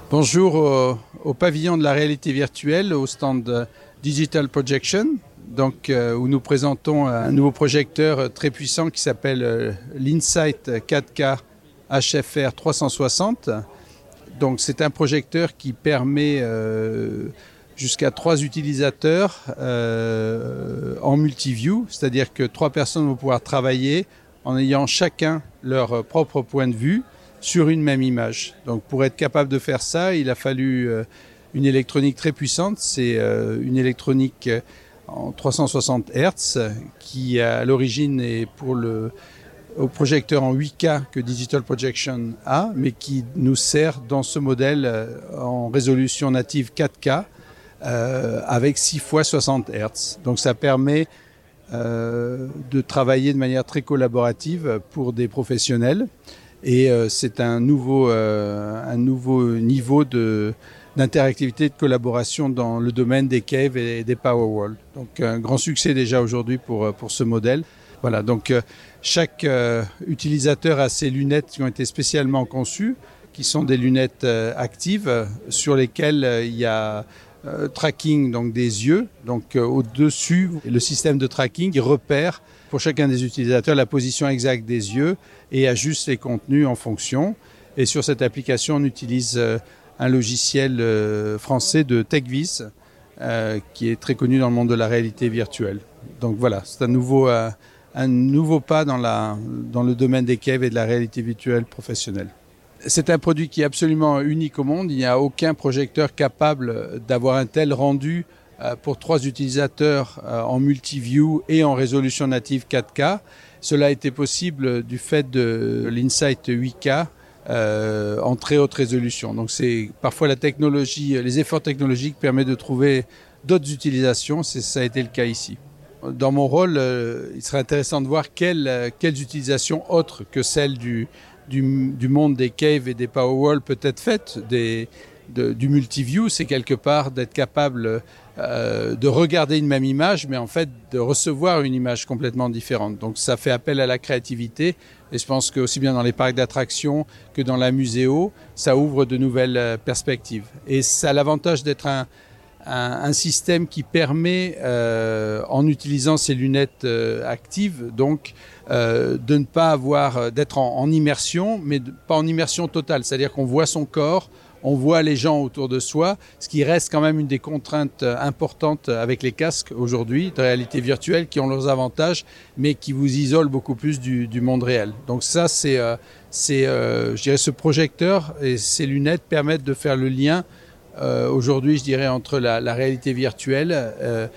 Bonjour au pavillon de la réalité virtuelle, au stand Digital Projection, où nous présentons un nouveau projecteur très puissant qui s'appelle l'Insight 4K HFR 360. Donc c'est un projecteur qui permet jusqu'à 3 utilisateurs en multiview, c'est-à-dire que 3 personnes vont pouvoir travailler en ayant chacun leur propre point de vue sur une même image. Donc pour être capable de faire ça, il a fallu une électronique très puissante. C'est une électronique en 360 Hz qui à l'origine est au projecteur en 8K que Digital Projection a, mais qui nous sert dans ce modèle en résolution native 4K avec 6 fois 60 Hz. Donc ça permet de travailler de manière très collaborative pour des professionnels. Et c'est un nouveau niveau d'interactivité et de collaboration dans le domaine des caves et des Powerwall. Donc un grand succès déjà aujourd'hui pour ce modèle. Voilà, donc chaque utilisateur a ses lunettes qui ont été spécialement conçues, qui sont des lunettes actives sur lesquelles il y a tracking donc des yeux. Donc au-dessus, le système de tracking qui repère pour chacun des utilisateurs la position exacte des yeux et ajuste les contenus en fonction. Et sur cette application, on utilise un logiciel français de TechViz qui est très connu dans le monde de la réalité virtuelle. Donc voilà, c'est un nouveau pas dans le domaine des caves et de la réalité virtuelle professionnelle. C'est un produit qui est absolument unique au monde. Il n'y a aucun projecteur capable d'avoir un tel rendu pour 3 utilisateurs en multiview et en résolution native 4K. Cela a été possible du fait de l'Insight 8K en très haute résolution. Donc c'est parfois les efforts technologiques permettent de trouver d'autres utilisations. Ça a été le cas ici. Dans mon rôle, il serait intéressant de voir quelles utilisations autres que celles du monde des caves et des Powerwall peut être faites. Du multiview, c'est quelque part d'être capable de regarder une même image, mais en fait de recevoir une image complètement différente. Donc ça fait appel à la créativité, et je pense que aussi bien dans les parcs d'attractions que dans la muséo, ça ouvre de nouvelles perspectives. Et ça a l'avantage d'être un système qui permet, en utilisant ces lunettes actives, donc de ne pas d'être en immersion, mais pas en immersion totale. C'est-à-dire qu'on voit son corps, on voit les gens autour de soi, ce qui reste quand même une des contraintes importantes avec les casques aujourd'hui de réalité virtuelle qui ont leurs avantages, mais qui vous isolent beaucoup plus du monde réel. Donc ça, je dirais, ce projecteur et ces lunettes permettent de faire le lien aujourd'hui, je dirais, entre la réalité virtuelle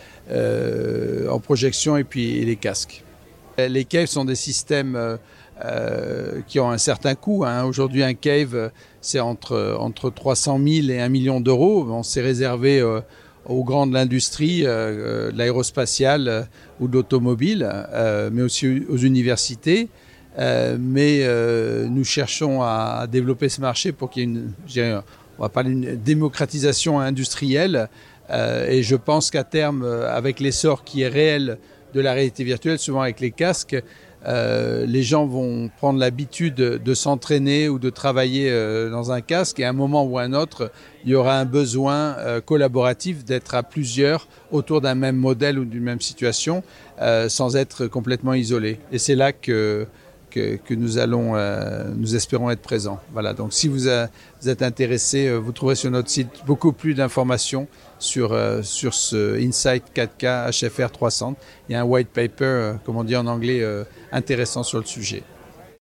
en projection et puis les casques. Les caves sont des systèmes qui ont un certain coût. Aujourd'hui, un cave, c'est entre 300 000 et 1 million d'euros. Bon, c'est réservé aux grands de l'industrie, de l'aérospatiale ou de l'automobile, mais aussi aux universités. Mais nous cherchons à développer ce marché pour qu'il y ait on va parler d'une démocratisation industrielle. Et je pense qu'à terme, avec l'essor qui est réel de la réalité virtuelle, souvent avec les casques, les gens vont prendre l'habitude de s'entraîner ou de travailler dans un casque, et à un moment ou à un autre, il y aura un besoin collaboratif d'être à plusieurs autour d'un même modèle ou d'une même situation sans être complètement isolé. Et c'est là que nous espérons être présents. Voilà. Donc si vous êtes intéressé, vous trouverez sur notre site beaucoup plus d'informations sur ce Insight 4K HFR 300. Il y a un white paper, comme on dit en anglais, intéressant sur le sujet.